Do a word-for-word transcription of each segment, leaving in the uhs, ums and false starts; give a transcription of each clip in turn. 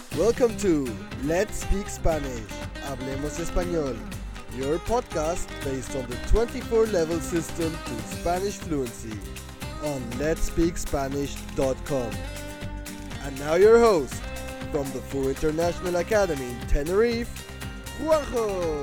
Welcome to Let's Speak Spanish, Hablemos Español, your podcast based on the twenty-four level system to Spanish fluency on lets speak spanish dot com. And now your host, from the Full International Academy in Tenerife, Juanjo.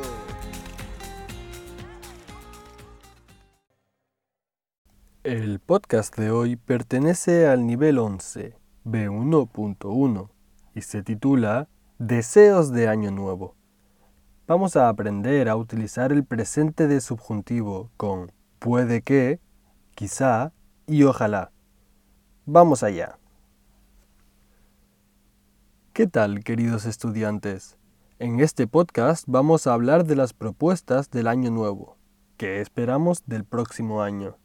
El podcast de hoy pertenece al nivel once, B uno punto uno, y se titula Deseos de Año Nuevo. Vamos a aprender a utilizar el presente de subjuntivo con puede que, quizá y ojalá. Vamos allá. ¿Qué tal, queridos estudiantes? En este podcast vamos a hablar de las propuestas del Año Nuevo, que esperamos del próximo año.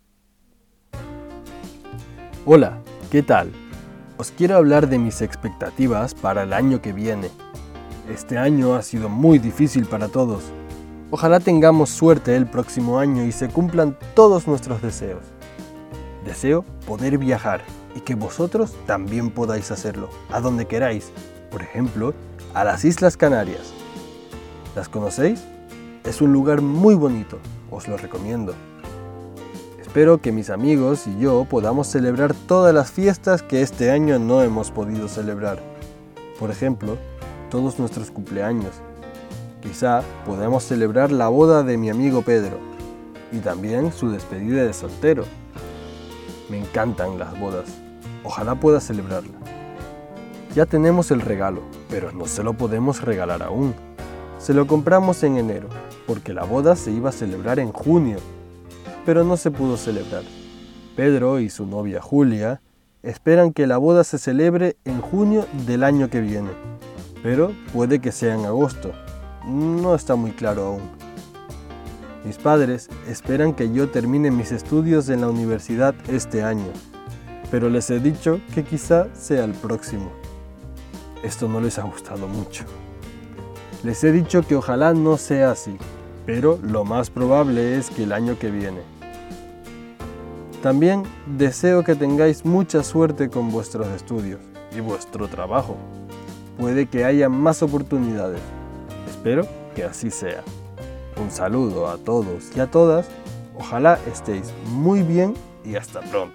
Hola, ¿qué tal? Os quiero hablar de mis expectativas para el año que viene. Este año ha sido muy difícil para todos. Ojalá tengamos suerte el próximo año y se cumplan todos nuestros deseos. Deseo poder viajar y que vosotros también podáis hacerlo, a donde queráis. Por ejemplo, a las Islas Canarias. ¿Las conocéis? Es un lugar muy bonito, os lo recomiendo. Espero que mis amigos y yo podamos celebrar todas las fiestas que este año no hemos podido celebrar. Por ejemplo, todos nuestros cumpleaños. Quizá podamos celebrar la boda de mi amigo Pedro y también su despedida de soltero. Me encantan las bodas. Ojalá pueda celebrarla. Ya tenemos el regalo, pero no se lo podemos regalar aún. Se lo compramos en enero, porque la boda se iba a celebrar en junio. Pero no se pudo celebrar. Pedro y su novia Julia esperan que la boda se celebre en junio del año que viene, pero puede que sea en agosto. No está muy claro aún. Mis padres esperan que yo termine mis estudios en la universidad este año, pero les he dicho que quizá sea el próximo. Esto no les ha gustado mucho. Les he dicho que ojalá no sea así, pero lo más probable es que el año que viene. También deseo que tengáis mucha suerte con vuestros estudios y vuestro trabajo. Puede que haya más oportunidades. Espero que así sea. Un saludo a todos y a todas. Ojalá estéis muy bien y hasta pronto.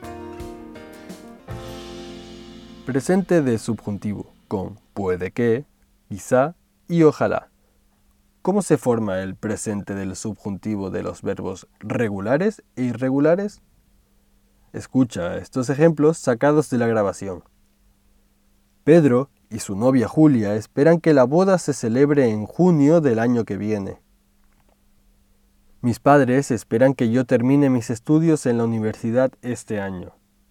Presente de subjuntivo con puede que, quizá y ojalá. ¿Cómo se forma el presente del subjuntivo de los verbos regulares e irregulares? Escucha estos ejemplos sacados de la grabación. Pedro y su novia Julia esperan que la boda se celebre en junio del año que viene. Mis padres esperan que yo termine mis estudios en la universidad este año.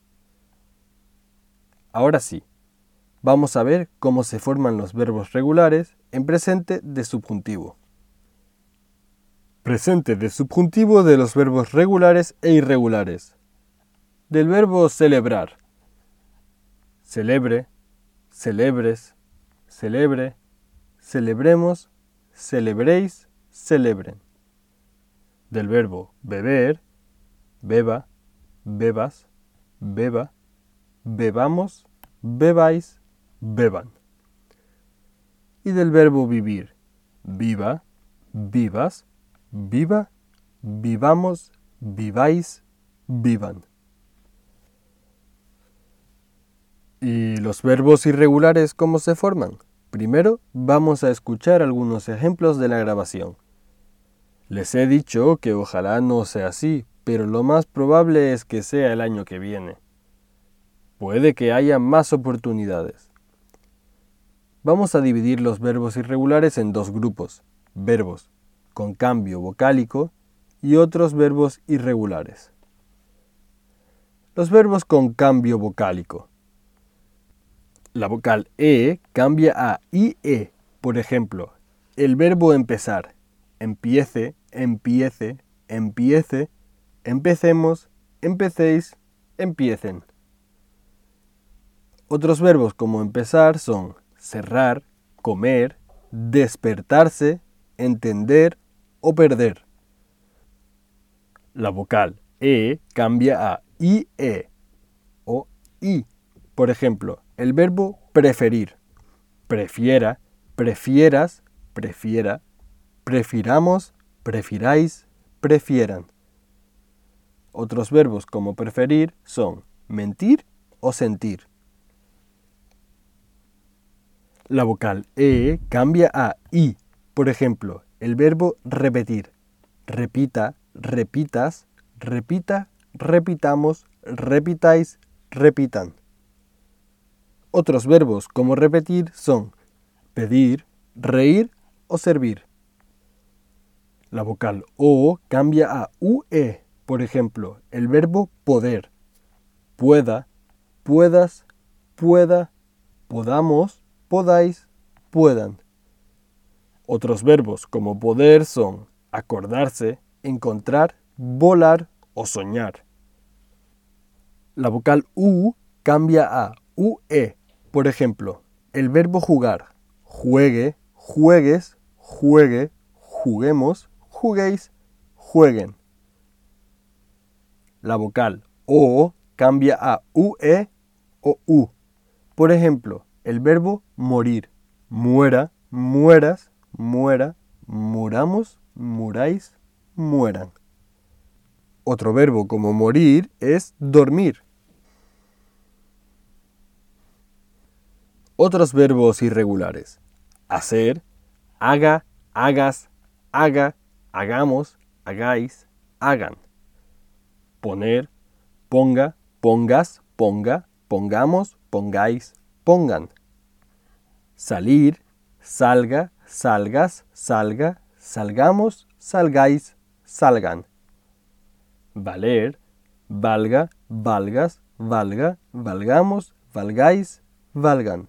Ahora sí, vamos a ver cómo se forman los verbos regulares en presente de subjuntivo. Presente de subjuntivo de los verbos regulares e irregulares. Del verbo celebrar. Celebre, celebres, celebre, celebremos, celebréis, celebren. Del verbo beber, beba, bebas, beba, bebamos, bebáis, beban. Y del verbo vivir. Viva, vivas, viva, vivamos, viváis, vivan. ¿Y los verbos irregulares cómo se forman? Primero vamos a escuchar algunos ejemplos de la grabación. Les he dicho que ojalá no sea así, pero lo más probable es que sea el año que viene. Puede que haya más oportunidades. Vamos a dividir los verbos irregulares en dos grupos, verbos con cambio vocálico y otros verbos irregulares. Los verbos con cambio vocálico. La vocal E cambia a I E. Por ejemplo, el verbo empezar. Empiece, empiece, empiece, empecemos, empecéis, empiecen. Otros verbos como empezar son cerrar, comer, despertarse, entender o perder. La vocal E cambia a I E o I. Por ejemplo, el verbo preferir. prefiera, prefieras, prefiera, prefiramos, prefiráis, prefieran. Otros verbos como preferir son mentir o sentir. La vocal E cambia a I. Por ejemplo, el verbo repetir. Repita, repitas, repita, repitamos, repitáis, repitan. Otros verbos como repetir son pedir, reír o servir. La vocal O cambia a U E. Por ejemplo, el verbo poder. Pueda, puedas, pueda, podamos, podáis, puedan. Otros verbos como poder son acordarse, encontrar, volar o soñar. La vocal U cambia a U E. Por ejemplo, el verbo jugar. Juegue, juegues, juegue, juguemos, juguéis, jueguen. La vocal O cambia a U E o U. Por ejemplo, el verbo morir. Muera, mueras, muera, muramos, muráis, mueran. Otro verbo como morir es dormir. Otros verbos irregulares. Hacer, haga, hagas, haga, hagamos, hagáis, hagan. Poner, ponga, pongas, ponga, pongamos, pongáis, pongan. Salir, salga, salgas, salga, salgamos, salgáis, salgan. Valer, valga, valgas, valga, valgamos, valgáis, valgan.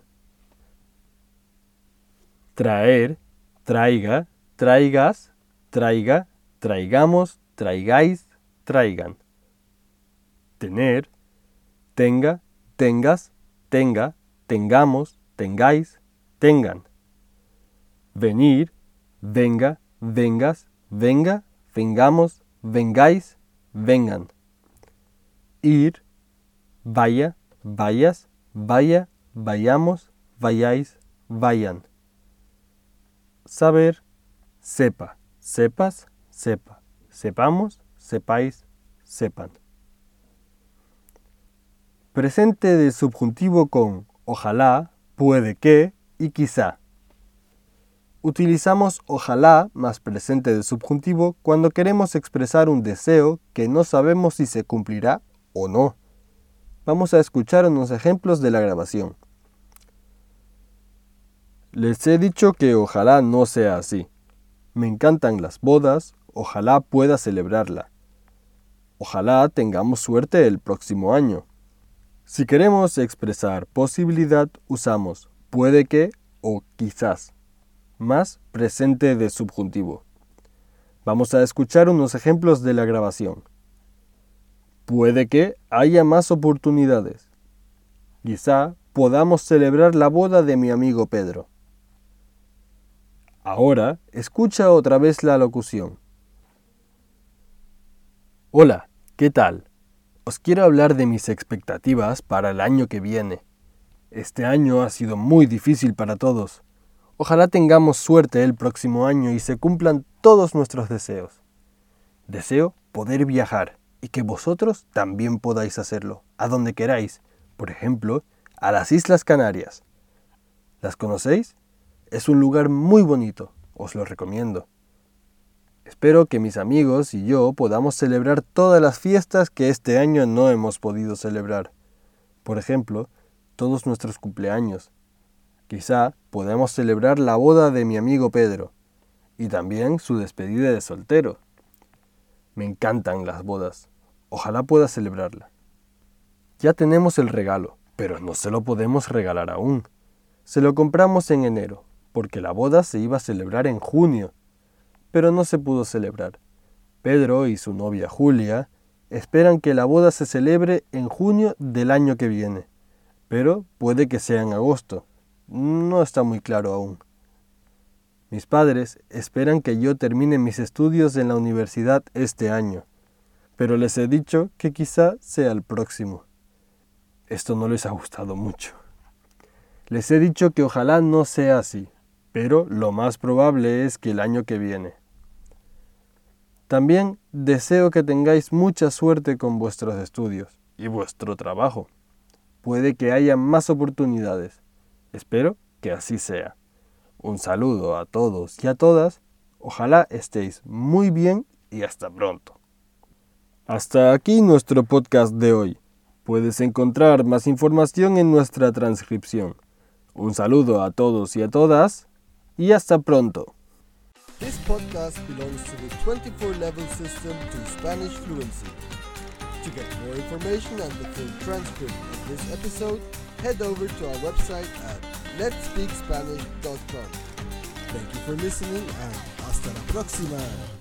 Traer, traiga, traigas, traiga, traigamos, traigáis, traigan. Tener, tenga, tengas, tenga, tengamos, tengáis, tengan. Venir, venga, vengas, venga, vengamos, vengáis, vengan. Ir, vaya, vayas, vaya, vayamos, vayáis, vayan. Saber, sepa, sepas, sepa, sepamos, sepáis, sepan. Presente de subjuntivo con ojalá, puede que y quizá. Utilizamos ojalá más presente de subjuntivo cuando queremos expresar un deseo que no sabemos si se cumplirá o no. Vamos a escuchar unos ejemplos de la grabación. Les he dicho que ojalá no sea así. Me encantan las bodas, ojalá pueda celebrarla. Ojalá tengamos suerte el próximo año. Si queremos expresar posibilidad, usamos puede que o quizás, más presente de subjuntivo. Vamos a escuchar unos ejemplos de la grabación. Puede que haya más oportunidades. Quizá podamos celebrar la boda de mi amigo Pedro. Ahora, escucha otra vez la locución. Hola, ¿qué tal? Os quiero hablar de mis expectativas para el año que viene. Este año ha sido muy difícil para todos. Ojalá tengamos suerte el próximo año y se cumplan todos nuestros deseos. Deseo poder viajar y que vosotros también podáis hacerlo, a donde queráis. Por ejemplo, a las Islas Canarias. ¿Las conocéis? Es un lugar muy bonito, os lo recomiendo. Espero que mis amigos y yo podamos celebrar todas las fiestas que este año no hemos podido celebrar. Por ejemplo, todos nuestros cumpleaños. Quizá podamos celebrar la boda de mi amigo Pedro y también su despedida de soltero. Me encantan las bodas. Ojalá pueda celebrarla. Ya tenemos el regalo, pero no se lo podemos regalar aún. Se lo compramos en enero, porque la boda se iba a celebrar en junio. Pero no se pudo celebrar. Pedro y su novia Julia esperan que la boda se celebre en junio del año que viene, pero puede que sea en agosto. No está muy claro aún. Mis padres esperan que yo termine mis estudios en la universidad este año, pero les he dicho que quizá sea el próximo. Esto no les ha gustado mucho. Les he dicho que ojalá no sea así, pero lo más probable es que el año que viene. También deseo que tengáis mucha suerte con vuestros estudios y vuestro trabajo. Puede que haya más oportunidades. Espero que así sea. Un saludo a todos y a todas. Ojalá estéis muy bien y hasta pronto. Hasta aquí nuestro podcast de hoy. Puedes encontrar más información en nuestra transcripción. Un saludo a todos y a todas y hasta pronto. This podcast belongs to the twenty-four level system to Spanish fluency. To get more information and the full transcript of this episode, head over to our website at lets speak spanish dot com. Thank you for listening and hasta la próxima!